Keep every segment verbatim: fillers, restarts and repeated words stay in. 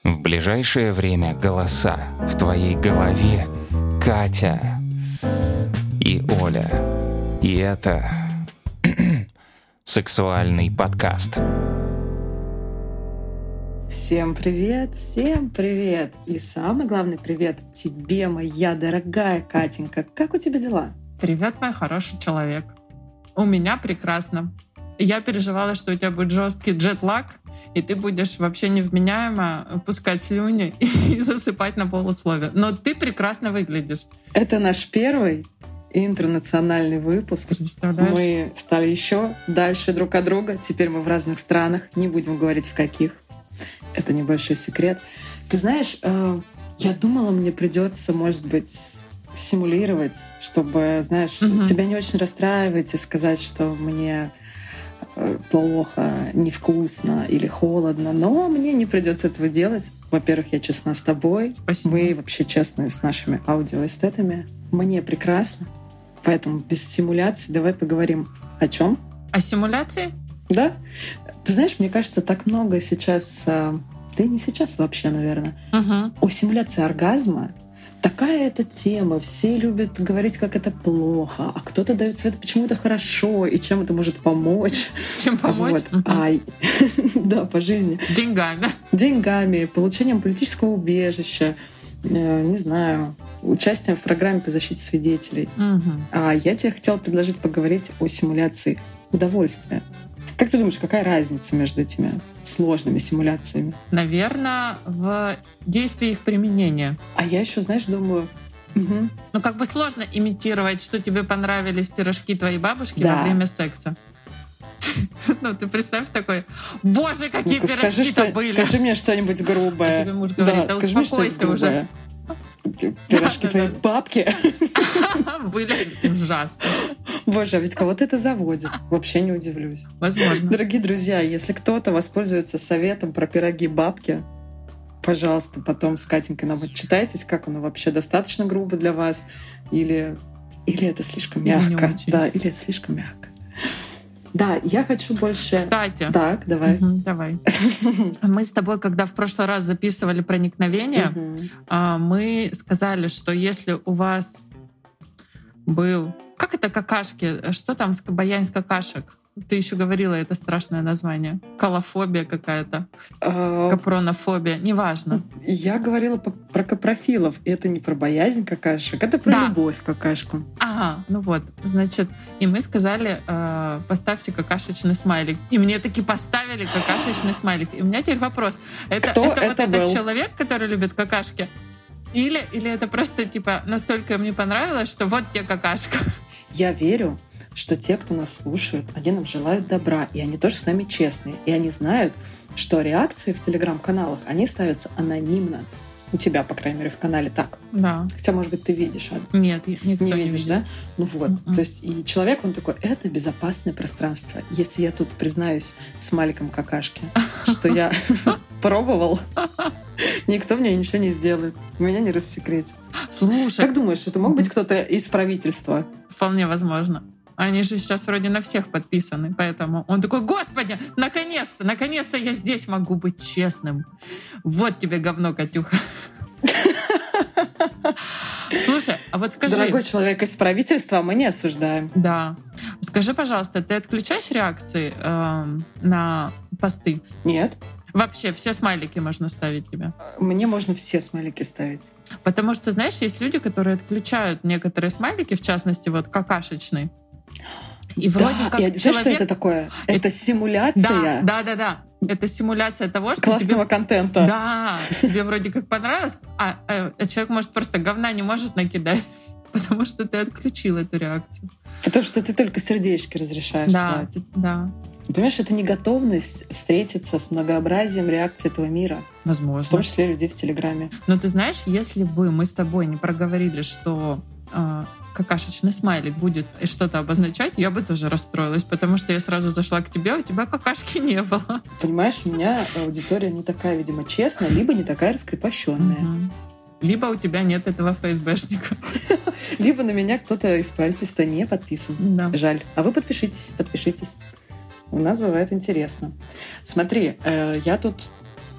В ближайшее время голоса в твоей голове Катя и Оля. И это сексуальный подкаст. Всем привет, всем привет! И самый главный привет тебе, моя дорогая Катенька. Как у тебя дела? Привет, мой хороший человек. У меня прекрасно. Я переживала, что у тебя будет жесткий джетлаг, и ты будешь вообще невменяемо пускать слюни и засыпать на полусловие. Но ты прекрасно выглядишь. Это наш первый интернациональный выпуск. Представляешь? Мы стали еще дальше друг от друга. Теперь мы в разных странах. Не будем говорить, в каких. Это небольшой секрет. Ты знаешь, я думала, мне придется, может быть, симулировать, чтобы, знаешь, угу. тебя не очень расстраивать и сказать, что мне плохо, невкусно или холодно. Но мне не придется этого делать. Во-первых, я честна с тобой. Спасибо. Мы вообще честны с нашими аудиоэстетами. Мне прекрасно. Поэтому без симуляции давай поговорим о чем? О симуляции? Да. Ты знаешь, мне кажется, так много сейчас, да и не сейчас вообще, наверное, угу. о симуляции оргазма. Такая эта тема. Все любят говорить, как это плохо, а кто-то дает совет, почему это хорошо и чем это может помочь. Чем помочь? Вот. Угу. А, да, по жизни. Деньгами. Деньгами, получением политического убежища, не знаю, участием в программе по защите свидетелей. Угу. А я тебе хотела предложить поговорить о симуляции удовольствия. Как ты думаешь, какая разница между этими сложными симуляциями? Наверное, в действии их применения. А я еще, знаешь, думаю... Угу. Ну, как бы сложно имитировать, что тебе понравились пирожки твоей бабушки да. во время секса. Ну, ты представь такой, боже, какие Ну-ка, пирожки-то скажи, были. Скажи мне что-нибудь грубое. А тебе муж говорит, да, да успокойся уже. Пирожки твоей бабки были ужасные. Боже, а ведь кого-то это заводит. Вообще не удивлюсь. Возможно. Дорогие друзья, если кто-то воспользуется советом про пироги бабки, пожалуйста, потом с Катенькой нам отчитайтесь, как оно вообще достаточно грубо для вас, или, или это слишком мягко. Да, или это слишком мягко. Да, я хочу больше... Кстати. Так, давай. Угу, давай. Мы с тобой, когда в прошлый раз записывали проникновение, угу. мы сказали, что если у вас был... Как это какашки? Что там боязнь какашек? Ты еще говорила, это страшное название. Колофобия какая-то. А... Капронофобия. Неважно. Я говорила про капрофилов. Это не про боязнь какашек, это про да. любовь к какашку. Ага, ну вот. Значит, и мы сказали, э, поставьте какашечный смайлик. И мне таки поставили какашечный смайлик. И у меня теперь вопрос. Это, Кто это, это вот был? Этот человек, который любит какашки? Или, или это просто, типа, настолько мне понравилось, что вот тебе какашка? Я верю, что те, кто нас слушают, они нам желают добра, и они тоже с нами честные. И они знают, что реакции в телеграм-каналах, они ставятся анонимно. У тебя, по крайней мере, в канале так. Да. Хотя, может быть, ты видишь. А Нет, никто не не видишь, видит. Да? Ну вот. Mm-mm. То есть и человек, он такой, это безопасное пространство. Если я тут признаюсь с Маликом какашки, что я пробовал, никто мне ничего не сделает. Меня не рассекретит. Слушай. Как думаешь, это мог быть кто-то из правительства? Вполне возможно. Они же сейчас вроде на всех подписаны, поэтому он такой, господи, наконец-то, наконец-то я здесь могу быть честным. Вот тебе говно, Катюха. Слушай, а вот скажи... Дорогой человек из правительства, мы не осуждаем. Да. Скажи, пожалуйста, ты отключаешь реакции э, на посты? Нет. Вообще, все смайлики можно ставить тебе? Мне можно все смайлики ставить. Потому что, знаешь, есть люди, которые отключают некоторые смайлики, в частности, вот какашечный. И вроде да, как и человек... знаешь, что это такое? Это, это симуляция. Да, да, да, да. Это симуляция того, что классного тебе... контента. Да, тебе вроде как понравилось, а, а человек, может, просто говна не может накидать, потому что ты отключил эту реакцию. Потому что ты только сердечки разрешаешь да, слать. Да. Понимаешь, это не готовность встретиться с многообразием реакций этого мира. Возможно. В том числе людей в Телеграме. Но ты знаешь, если бы мы с тобой не проговорили, что э, какашечный смайлик будет что-то обозначать, я бы тоже расстроилась, потому что я сразу зашла к тебе, а у тебя какашки не было. Понимаешь, у меня аудитория не такая, видимо, честная, либо не такая раскрепощенная. Угу. Либо у тебя нет этого ФСБшника. Либо на меня кто-то из правительства не подписан. Да. Жаль. А вы подпишитесь, подпишитесь. У нас бывает интересно. Смотри, э, я тут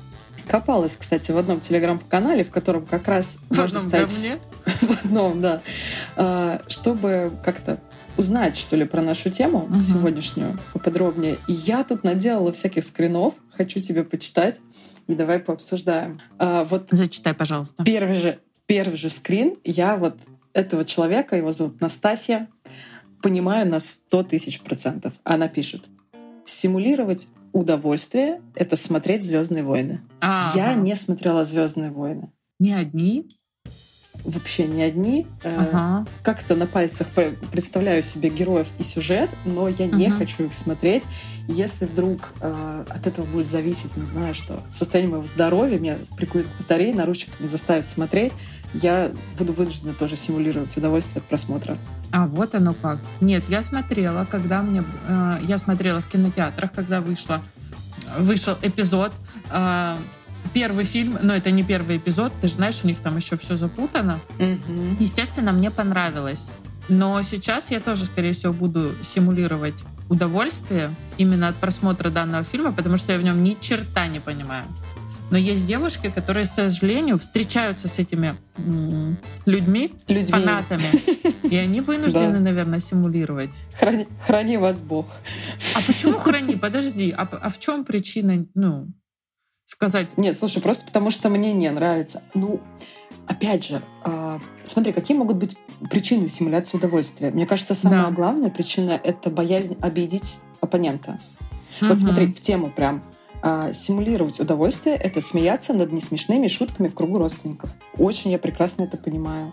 копалась, кстати, в одном телеграм-канале, в котором как раз в можно одном стать... говне? В одном, да. А, чтобы как-то узнать, что ли, про нашу тему угу. сегодняшнюю поподробнее. И я тут наделала всяких скринов. Хочу тебе почитать. И давай пообсуждаем. А, вот Зачитай, пожалуйста. Первый же, первый же скрин. Я вот этого человека, его зовут Настасья, понимаю на сто тысяч процентов. Она пишет: симулировать удовольствие — это смотреть «Звездные войны». А-га. Я не смотрела «Звездные войны». Не одни? Вообще не одни. Ага. Как-то на пальцах представляю себе героев и сюжет, но я не ага. хочу их смотреть. Если вдруг э, от этого будет зависеть, не знаю что, состояние моего здоровья, меня прикуют к батарее, наручниками заставят смотреть, я буду вынуждена тоже симулировать удовольствие от просмотра. А вот оно как. Нет, я смотрела, когда мне... Э, я смотрела в кинотеатрах, когда вышла, вышел эпизод... Э, Первый фильм, но это не первый эпизод, ты же знаешь, у них там еще все запутано. Mm-hmm. Естественно, мне понравилось. Но сейчас я тоже, скорее всего, буду симулировать удовольствие именно от просмотра данного фильма, потому что я в нем ни черта не понимаю. Но есть девушки, которые, к сожалению, встречаются с этими м- людьми, людьми, фанатами, и они вынуждены, наверное, симулировать. Храни, храни вас Бог. А почему храни? Подожди, а, а в чем причина, ну... сказать? Нет, слушай, просто потому что мне не нравится. Ну, опять же, э, смотри, какие могут быть причины симуляции удовольствия? Мне кажется, самая да. главная причина — это боязнь обидеть оппонента. Угу. Вот смотри, в тему прям. Э, симулировать удовольствие — это смеяться над несмешными шутками в кругу родственников. Очень я прекрасно это понимаю.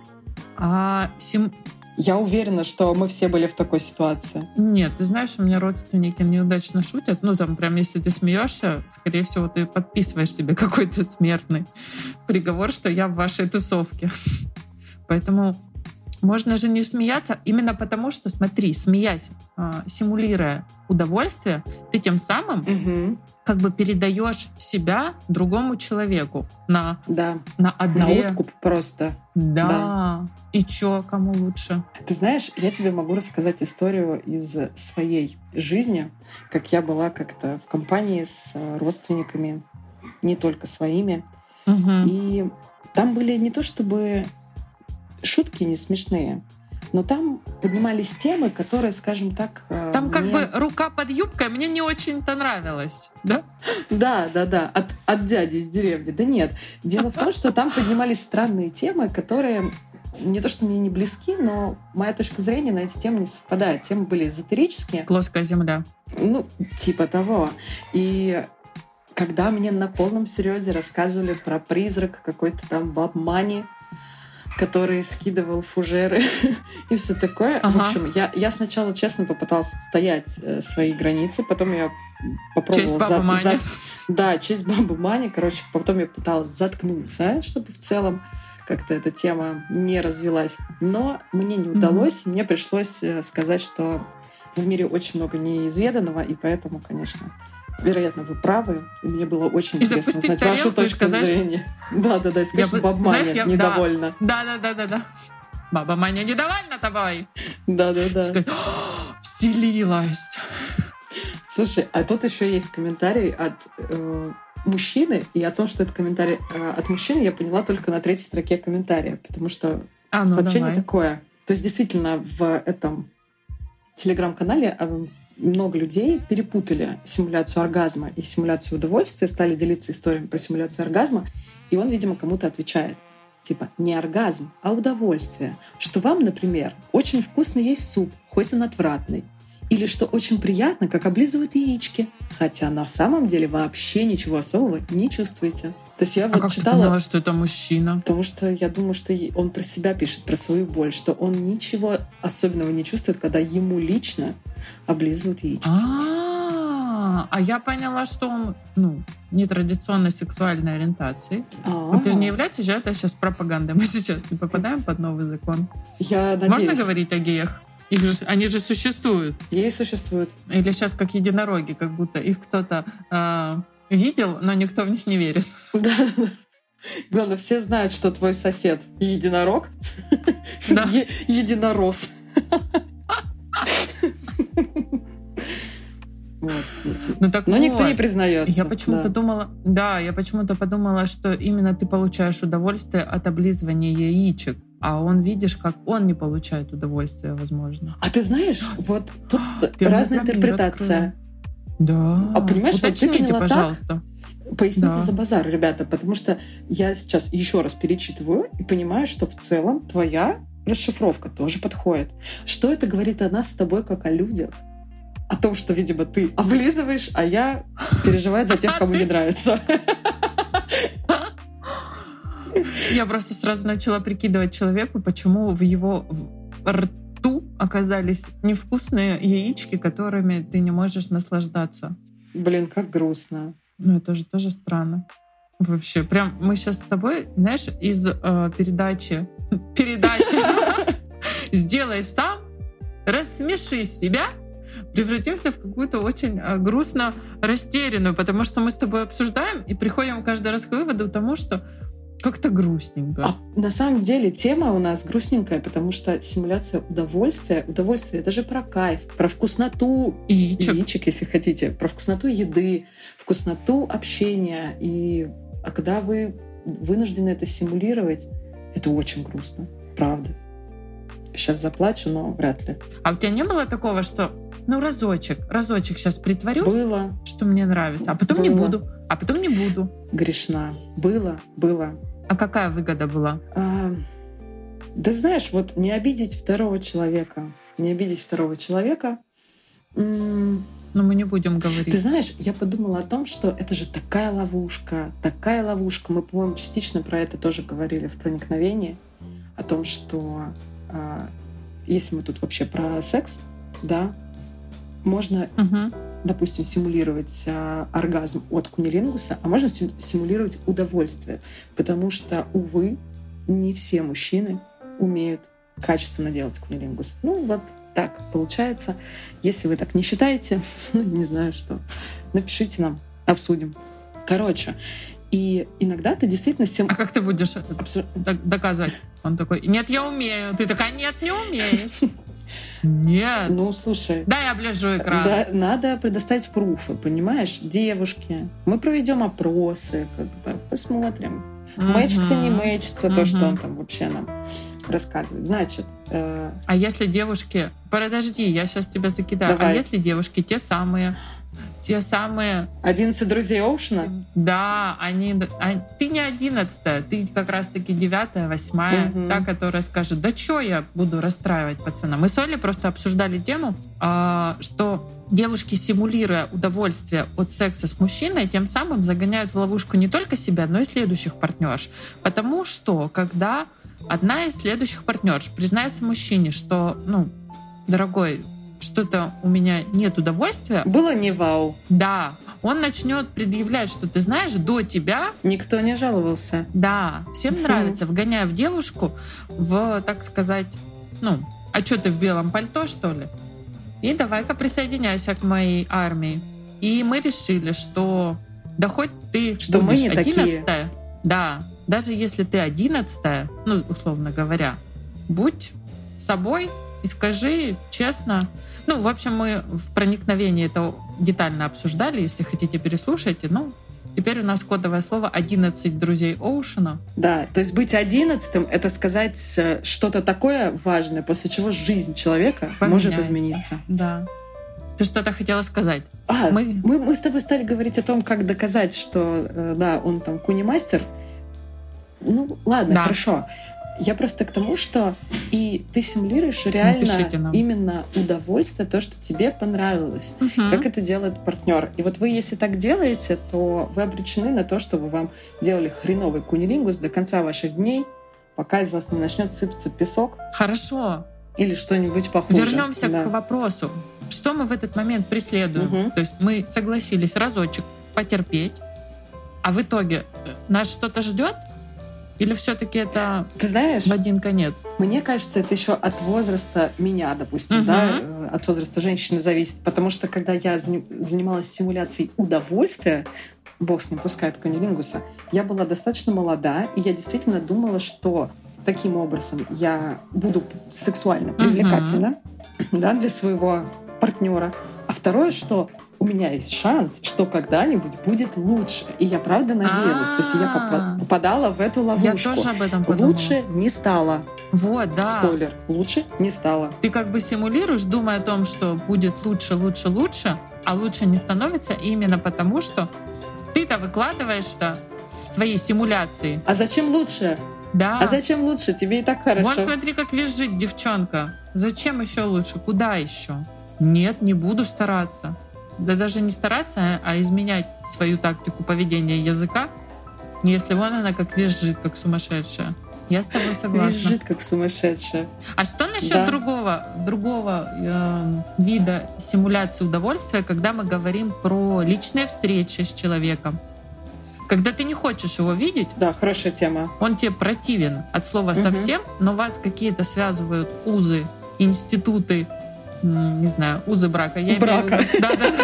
А сим... Я уверена, что мы все были в такой ситуации. Нет, ты знаешь, у меня родственники неудачно шутят. Ну, там прям, если ты смеешься, скорее всего, ты подписываешь себе какой-то смертный приговор, что я в вашей тусовке. Поэтому можно же не смеяться именно потому, что, смотри, смеясь, симулируя удовольствие, ты тем самым угу. как бы передаешь себя другому человеку на, да. на одре. На откуп просто. Да. да. И чё, кому лучше? Ты знаешь, я тебе могу рассказать историю из своей жизни, как я была как-то в компании с родственниками, не только своими. Угу. И там были не то чтобы шутки не смешные, но там поднимались темы, которые, скажем так... Там мне... как бы рука под юбкой мне не очень-то нравилась, да? Да, да, да, от, от дяди из деревни. Да нет, дело в том, что там поднимались странные темы, которые не то что мне не близки, но моя точка зрения на эти темы не совпадает. Темы были эзотерические. Плоская земля. Ну, типа того. И когда мне на полном серьезе рассказывали про призрак какой-то там баб Мани, который скидывал фужеры и все такое. Ага. В общем, я, я сначала, честно, попыталась отстоять э, свои границы, потом я попробовала... Честь бабы Мани. За... Да, честь бабы Мани. Короче, потом я пыталась заткнуться, чтобы в целом как-то эта тема не развилась. Но мне не удалось, mm-hmm. и мне пришлось сказать, что в мире очень много неизведанного, и поэтому, конечно... Вероятно, вы правы. И мне было очень и интересно узнать вашу точку сказать, зрения. Да-да-да, и сказать, что баба Маня я... недовольна. Да-да-да-да. Баба Маня недовольна тобой. Да-да-да. Сказать, вселилась. Слушай, а тут еще есть комментарий от э, мужчины, и о том, что это комментарий э, от мужчины, я поняла только на третьей строке комментария, потому что а, ну, сообщение давай. Такое. То есть действительно в этом телеграм-канале много людей перепутали симуляцию оргазма и симуляцию удовольствия, стали делиться историями про симуляцию оргазма, и он, видимо, кому-то отвечает. Типа, не оргазм, а удовольствие. Что вам, например, очень вкусно есть суп, хоть он отвратный. Или что очень приятно, как облизывают яички, хотя на самом деле вообще ничего особого не чувствуете. То есть я а вот как читала, ты поняла, что это мужчина? Потому что я думаю, что он про себя пишет, про свою боль, что он ничего особенного не чувствует, когда ему лично облизывают яички. А, а я поняла, что он ну, нетрадиционной сексуальной ориентации. Это же не является же это сейчас пропагандой. Мы сейчас не попадаем под новый закон. Я надеюсь. Можно говорить о геях? Их же, они же существуют. Геи существуют. Или сейчас как единороги, как будто их кто-то э, видел, но никто в них не верит. Да. Главное, все знают, что твой сосед единорог. Да. Единорос. Вот. Ну, так Но вот, никто не признается. Я почему-то да. думала, да, я почему-то подумала, что именно ты получаешь удовольствие от облизывания яичек, а он, видишь, как он не получает удовольствия, возможно. А ты знаешь, вот тут Ты разная интерпретация. Да. А понимаешь, что ты Уточните, поняла пожалуйста. Так? Поясните Да. за базар, ребята, потому что я сейчас еще раз перечитываю и понимаю, что в целом твоя расшифровка тоже подходит. Что это говорит о нас с тобой, как о людях? О том, что, видимо, ты облизываешь, а я переживаю за тех, кому не нравится. Я просто сразу начала прикидывать человеку, почему в его рту оказались невкусные яички, которыми ты не можешь наслаждаться. Блин, как грустно. Ну, это же тоже странно. Вообще, прям мы сейчас с тобой, знаешь, из э, передачи передачи «Сделай сам, рассмеши себя» превратимся в какую-то очень э, грустно растерянную, потому что мы с тобой обсуждаем и приходим каждый раз к выводу тому, что как-то грустненько. А на самом деле тема у нас грустненькая, потому что симуляция удовольствия, удовольствие — это же про кайф, про вкусноту яичек. яичек, если хотите, про вкусноту еды, вкусноту общения. И а когда вы вынуждены это симулировать, это очень грустно, правда. Сейчас заплачу, но вряд ли. А у тебя не было такого, что ну разочек, разочек сейчас притворюсь, Было. что мне нравится, а потом Было. не буду, а потом не буду. Грешна. Было, было. А какая выгода была? А, да знаешь, вот не обидеть второго человека, не обидеть второго человека. М- Ну мы не будем говорить. Ты знаешь, я подумала о том, что это же такая ловушка, такая ловушка. Мы, по-моему, частично про это тоже говорили в проникновении, о том, что а, если мы тут вообще про секс, да, можно, Угу. допустим, симулировать а, оргазм от кунилингуса, а можно сим- симулировать удовольствие. Потому что, увы, не все мужчины умеют качественно делать кунилингус. Ну, вот так получается. Если вы так не считаете, ну, не знаю что, напишите нам, обсудим. Короче, и иногда ты действительно... Сим... А как ты будешь Абсу- д- доказать? Он такой, нет, я умею. Ты такая, нет, не умеешь. Нет. Ну, слушай, Да, я оближу экран. да, надо предоставить пруфы, понимаешь? Девушки, мы проведем опросы, как бы, посмотрим. Мэчится, не мэчится, то, что он там вообще нам рассказывает. Значит... э, А если девушки... Подожди, я сейчас тебя закидаю. Давай. А если девушки те самые... Те самые... одиннадцать друзей Оушена? Да, они... а- Ты не одиннадцатая, ты как раз-таки девятая, восьмая, Мгм. та, которая скажет, да чё я буду расстраивать пацана. Мы с Олей просто обсуждали тему, а, что девушки, симулируя удовольствие от секса с мужчиной, тем самым загоняют в ловушку не только себя, но и следующих партнерш. Потому что, когда одна из следующих партнерш признается мужчине, что, ну, дорогой, что-то у меня нет удовольствия, Было не вау. да, он начнет предъявлять, что ты знаешь, до тебя, Никто не жаловался. да, всем Мгм. нравится, вгоняя в девушку в, так сказать, ну, а что ты в белом пальто, что ли? И давай-ка присоединяйся к моей армии. И мы решили, что да хоть ты Что мы будешь не такие. одиннадцатая, да, даже если ты одиннадцатая, ну, условно говоря, будь собой и скажи честно. Ну, в общем, мы в проникновении это детально обсуждали. Если хотите, переслушайте. Ну, теперь у нас кодовое слово «одиннадцать друзей Оушена». Да, то есть быть одиннадцатым — это сказать э, что-то такое важное, после чего жизнь человека может Поменяется. измениться. Да. Ты что-то хотела сказать? А, Мы- мы... Мы, с тобой стали говорить о том, как доказать, что, э, да, он там куни-мастер. Ну, ладно, Да. хорошо. Я просто к тому, что и ты симулируешь реально Напишите нам. именно удовольствие, то, что тебе понравилось. Как это делает партнер. И вот вы, если так делаете, то вы обречены на то, чтобы вам делали хреновый кунилингус до конца ваших дней, пока из вас не начнет сыпаться песок Хорошо. или что-нибудь похуже. Вернемся Да. к вопросу. Что мы в этот момент преследуем? Мгм. То есть мы согласились разочек потерпеть, а в итоге э, нас что-то ждет? Или все-таки это Ты знаешь, в один конец? мне кажется, это еще от возраста меня, допустим, Мгм. да, э, от возраста женщины зависит. Потому что когда я зани- занималась симуляцией удовольствия, бог с ним, пускай от кунилингуса, я была достаточно молода, и я действительно думала, что таким образом я буду сексуально привлекательна, да, для своего партнера. А второе, что у меня есть шанс, что когда-нибудь будет лучше. И я правда надеялась. То есть я попадала в эту ловушку. Я тоже об этом подумала. Лучше не стало. Вот, да. Спойлер. Лучше не стало. Ты как бы симулируешь, думая о том, что будет лучше, лучше, лучше, а лучше не становится именно потому, что ты-то выкладываешься в своей симуляции. А зачем лучше? Да. А зачем лучше? Тебе и так хорошо. Вон смотри, как визжит девчонка. Зачем еще лучше? Куда еще? Нет, не буду стараться. Да даже не стараться, а изменять свою тактику поведения языка, если вон она как визжит, как сумасшедшая. Я с тобой согласна. Визжит, как сумасшедшая. А что насчет да. другого, другого э, вида симуляции удовольствия, когда мы говорим про личные встречи с человеком? Когда ты не хочешь его видеть, да, хорошая тема. Он тебе противен от слова угу. совсем, но вас какие-то связывают узы, институты, не знаю, узы брака. Я брака. Имею... Да, да,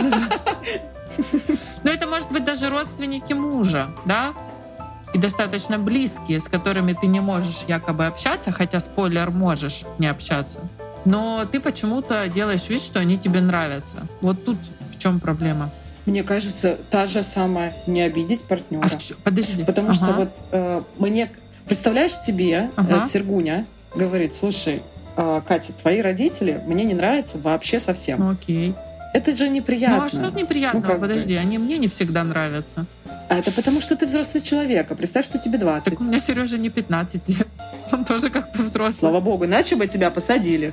да. Но это может быть даже родственники мужа, да? И достаточно близкие, с которыми ты не можешь якобы общаться, хотя, спойлер, можешь не общаться. Но ты почему-то делаешь вид, что они тебе нравятся. Вот тут в чем проблема? Мне кажется, та же самая не обидеть партнера. А в... Подожди. Потому ага. что вот э, мне... Представляешь себе, ага. э, Сергуня говорит, слушай, э, Катя, твои родители мне не нравятся вообще совсем. Окей. Это же неприятно. Ну а что тут неприятного? Ну, подожди, бы. Они мне не всегда нравятся. А это потому, что ты взрослый человек. А представь, что тебе двадцать. Так у меня Сережа не пятнадцать лет. Он тоже как бы взрослый. Слава богу, иначе бы тебя посадили.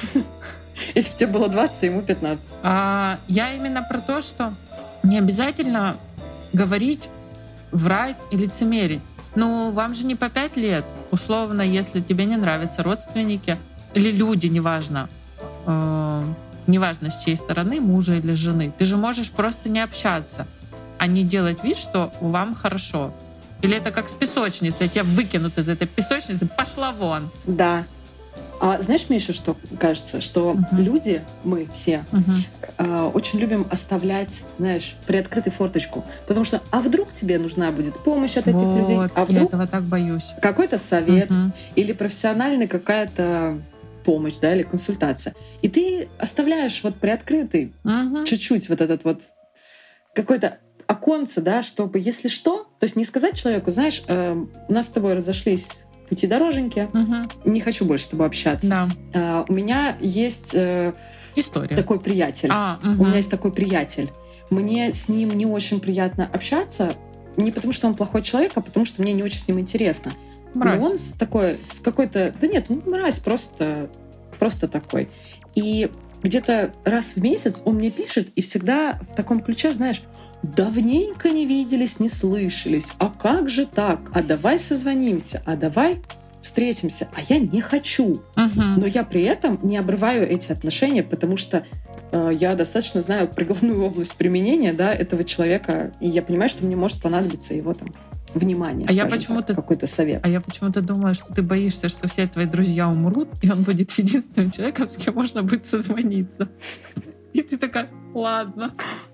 Если бы тебе было двадцать, ему пятнадцать. А, я именно про то, что не обязательно говорить, врать и лицемерить. Ну, вам же не по пять лет. Условно, если тебе не нравятся родственники или люди, неважно, э, неважно с чьей стороны, мужа или жены, ты же можешь просто не общаться, а не делать вид, что вам хорошо. Или это как с песочницей, тебя выкинут из этой песочницы, пошла вон. Да. А знаешь, мне еще что кажется? Что uh-huh. люди, мы все, uh-huh. э, очень любим оставлять, знаешь, приоткрытой форточку. Потому что, а вдруг тебе нужна будет помощь от этих вот, людей? А вдруг я этого так боюсь. Какой-то совет uh-huh. или профессиональная какая-то помощь, да, или консультация. И ты оставляешь вот приоткрытый uh-huh. чуть-чуть вот этот вот какой-то оконце, да, чтобы, если что, то есть не сказать человеку, знаешь, э, у нас с тобой разошлись пути дороженьки, угу. не хочу больше с тобой общаться. Да. Э, у меня есть э, история. Такой приятель. А, угу. У меня есть такой приятель. Мне с ним не очень приятно общаться, не потому что он плохой человек, а потому что мне не очень с ним интересно. Мразь. Но он с такой, с какой-то... Да нет, он мразь, просто, просто такой. И где-то раз в месяц он мне пишет, и всегда в таком ключе, знаешь, давненько не виделись, не слышались, а как же так? А давай созвонимся, а давай встретимся. А я не хочу. Uh-huh. Но я при этом не обрываю эти отношения, потому что э, я достаточно знаю прикладную область применения, да, этого человека, и я понимаю, что мне может понадобиться его там внимание, а я почему-то, так, какой-то совет. А я почему-то думаю, что ты боишься, что все твои друзья умрут, и он будет единственным человеком, с кем можно будет созвониться. И ты такая, ладно,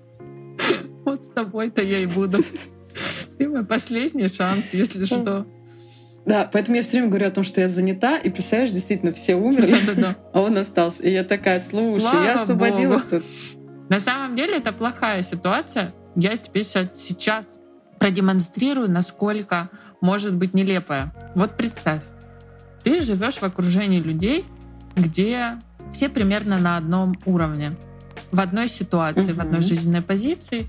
вот с тобой-то я и буду. Ты мой последний шанс, если что. Да, поэтому я все время говорю о том, что я занята, и, представляешь, действительно, все умерли, Да-да-да. а он остался. И я такая, слушай, Слава я освободилась Богу. Тут. На самом деле это плохая ситуация. Я тебе сейчас продемонстрирую, насколько может быть нелепая. Вот представь, ты живешь в окружении людей, где все примерно на одном уровне, в одной ситуации, uh-huh. в одной жизненной позиции.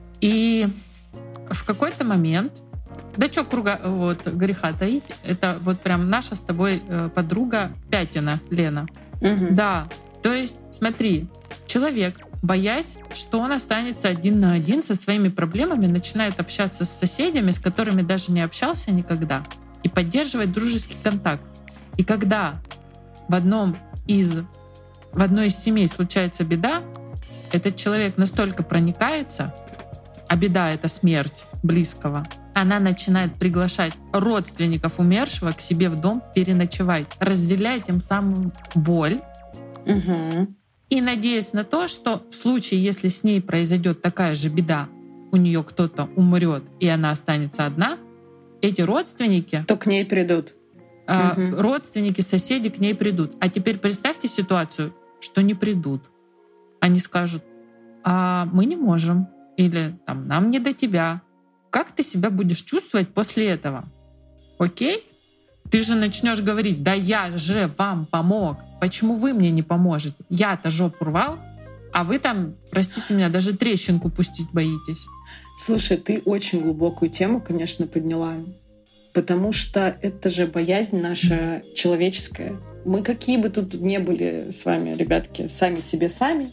И в какой-то момент, да что круга, вот, греха таить, это вот прям наша с тобой подруга Пятина, Лена. Uh-huh. Да, то есть смотри, человек, боясь, что он останется один на один со своими проблемами, начинает общаться с соседями, с которыми даже не общался никогда, и поддерживать дружеский контакт. И когда в одном из, в одной из семей случается беда, этот человек настолько проникается, а беда — это смерть близкого, она начинает приглашать родственников умершего к себе в дом переночевать, разделяя тем самым боль, угу. и надеясь на то, что в случае, если с ней произойдет такая же беда, у нее кто-то умрет, и она останется одна, эти родственники... То к ней придут. Э, угу. Родственники, соседи к ней придут. А теперь представьте ситуацию, что не придут. Они скажут, а мы не можем, или там, нам не до тебя. Как ты себя будешь чувствовать после этого? Окей? Ты же начнешь говорить: да я же вам помог, почему вы мне не поможете? Я-то жопу рвал, а вы там, простите меня, даже трещинку пустить боитесь. Слушай, ты очень глубокую тему, конечно, подняла. Потому что это же боязнь наша человеческая. Мы какие бы тут ни были с вами, ребятки, сами себе сами,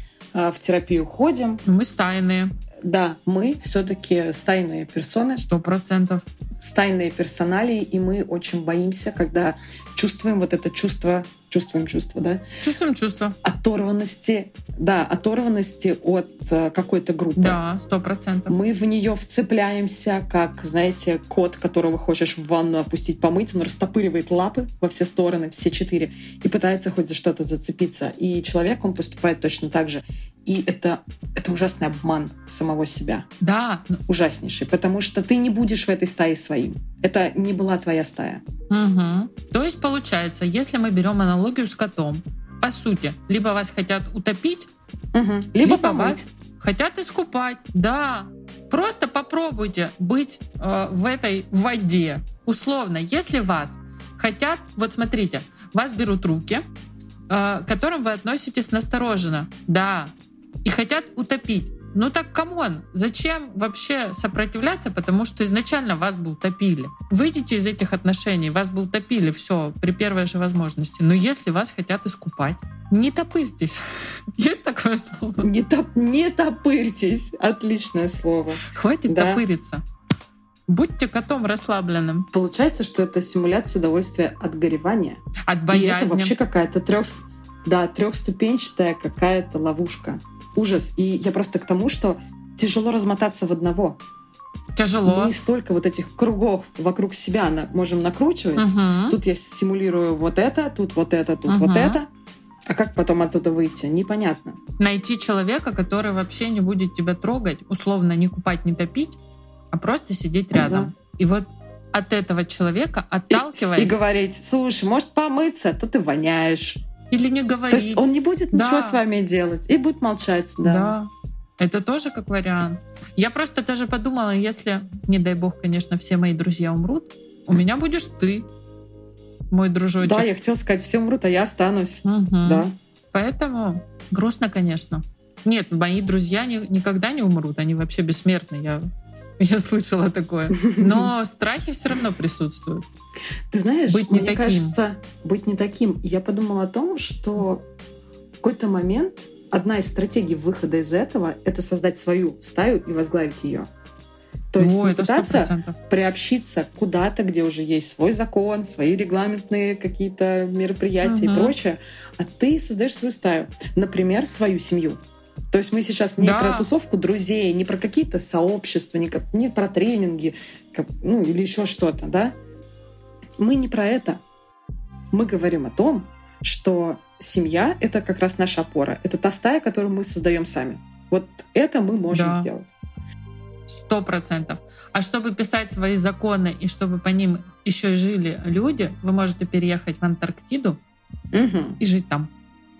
в терапию ходим. Мы стайные. Да, мы все-таки стайные персоны. Сто процентов. Стайные персоналии, и мы очень боимся, когда чувствуем вот это чувство, чувствуем чувство, да? Чувствуем чувство. Оторванности, да, оторванности от какой-то группы. Да, сто процентов. Мы в нее вцепляемся, как, знаете, кот, которого хочешь в ванну опустить, помыть, он растопыривает лапы во все стороны, все четыре, и пытается хоть за что-то зацепиться. И человек, он поступает точно так же. И это, это ужасный обман самого себя. Да. Ужаснейший, потому что ты не будешь в этой стае своим. Это не была твоя стая. Угу. То есть, получается, если мы берем аналогию с котом, по сути, либо вас хотят утопить, угу. либо, либо помыть. вас хотят искупать. Да. Просто попробуйте быть э, в этой воде. Условно, если вас хотят... Вот смотрите, вас берут руки, э, к которым вы относитесь настороженно. Да. И хотят утопить. Ну так камон, зачем вообще сопротивляться, потому что изначально вас бы утопили. Выйдите из этих отношений, вас бы утопили, все, при первой же возможности. Но если вас хотят искупать, не топырьтесь. Есть такое слово? Не, топ, не топырьтесь. Отличное слово. Хватит да. топыриться. Будьте котом расслабленным. Получается, что это симуляция удовольствия от горевания. От боязни. И это вообще какая-то трех, да, трехступенчатая какая-то ловушка. Ужас. И я просто к тому, что тяжело размотаться в одного. Тяжело. Мы столько вот этих кругов вокруг себя можем накручивать. Угу. Тут я симулирую вот это, тут вот это, тут угу. вот это. А как потом оттуда выйти? Непонятно. Найти человека, который вообще не будет тебя трогать, условно не купать, не топить, а просто сидеть рядом. Да. И вот от этого человека, отталкиваясь... И, и говорить: слушай, может помыться, а то ты воняешь. Или не говорить. То есть он не будет да. ничего с вами делать и будет молчать. Да. да. Это тоже как вариант. Я просто даже подумала, если, не дай бог, конечно, все мои друзья умрут, у меня будешь ты, мой дружочек. Да, я хотела сказать, все умрут, а я останусь. Угу. Да. Поэтому грустно, конечно. Нет, мои друзья не, никогда не умрут, они вообще бессмертны. Я, я слышала такое. Но страхи все равно присутствуют. Ты знаешь, быть не мне таким. кажется, быть не таким. Я подумала о том, что в какой-то момент одна из стратегий выхода из этого — это создать свою стаю и возглавить ее. То есть О, не пытаться сто процентов приобщиться куда-то, где уже есть свой закон, свои регламентные какие-то мероприятия угу. и прочее, а ты создаешь свою стаю. Например, свою семью. То есть мы сейчас не да. про тусовку друзей, не про какие-то сообщества, не, как, не про тренинги, как, ну или еще что-то, да? Мы не про это. Мы говорим о том, что семья — это как раз наша опора. Это та стая, которую мы создаем сами. Вот это мы можем да. сделать. Сто процентов. А чтобы писать свои законы и чтобы по ним еще и жили люди, вы можете переехать в Антарктиду угу. и жить там.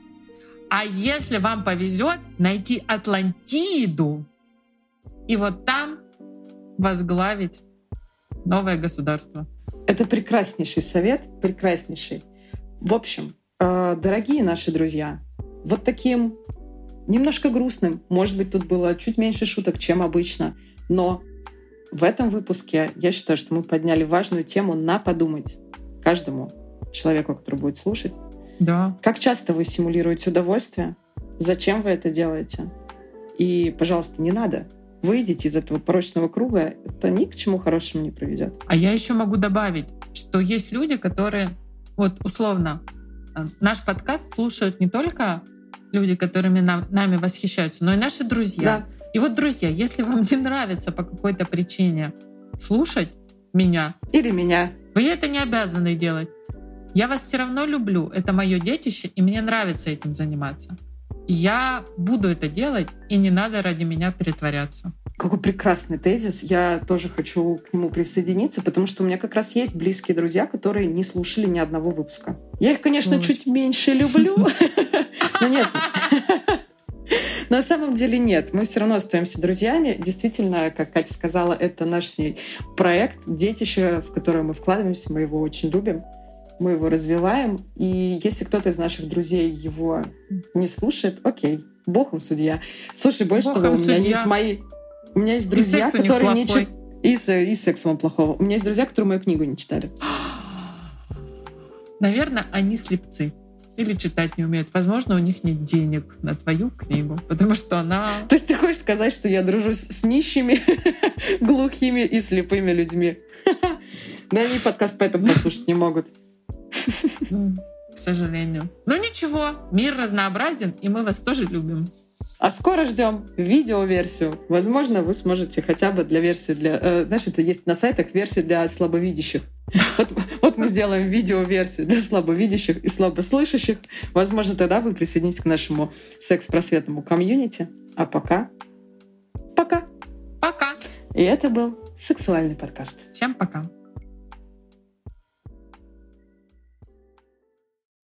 А если вам повезет, найти Атлантиду и вот там возглавить новое государство. Это прекраснейший совет, прекраснейший. В общем, дорогие наши друзья, вот таким немножко грустным, может быть, тут было чуть меньше шуток, чем обычно, но в этом выпуске я считаю, что мы подняли важную тему на подумать каждому человеку, который будет слушать. Да. Как часто вы симулируете удовольствие? Зачем вы это делаете? И, пожалуйста, не надо. Выйдите из этого порочного круга, это ни к чему хорошему не приведет. А я еще могу добавить, что есть люди, которые, вот условно, наш подкаст слушают не только люди, которыми нам, нами восхищаются, но и наши друзья. Да. И вот, друзья, если вам не нравится по какой-то причине слушать меня, или меня, вы это не обязаны делать. Я вас все равно люблю, это мое детище, и мне нравится этим заниматься. Я буду это делать, и не надо ради меня притворяться. Какой прекрасный тезис. Я тоже хочу к нему присоединиться, потому что у меня как раз есть близкие друзья, которые не слушали ни одного выпуска. Я их, конечно, чуть меньше люблю. Но нет. На самом деле нет. Мы все равно остаемся друзьями. Действительно, как Катя сказала, это наш с ней проект, детище, в которое мы вкладываемся. Мы его очень любим. Мы его развиваем. И если кто-то из наших друзей его не слушает, окей, Бог им судья. Слушай, больше Бог того, у меня судья. есть мои... У меня есть друзья, которые не читают... И, с, и секс вам плохого. У меня есть друзья, которые мою книгу не читали. Наверное, они слепцы. Или читать не умеют. Возможно, у них нет денег на твою книгу, потому что она... То есть ты хочешь сказать, что я дружу с нищими, глухими и слепыми людьми? Да они подкаст поэтому послушать не могут. К сожалению. Но ничего, мир разнообразен, и мы вас тоже любим. А скоро ждем видеоверсию. Возможно, вы сможете хотя бы для версии для... Э, знаешь, это есть на сайтах версии для слабовидящих. Вот, вот мы сделаем видеоверсию для слабовидящих и слабослышащих. Возможно, тогда вы присоединитесь к нашему секс-просветному комьюнити. А пока... Пока! Пока! И это был сексуальный подкаст. Всем пока!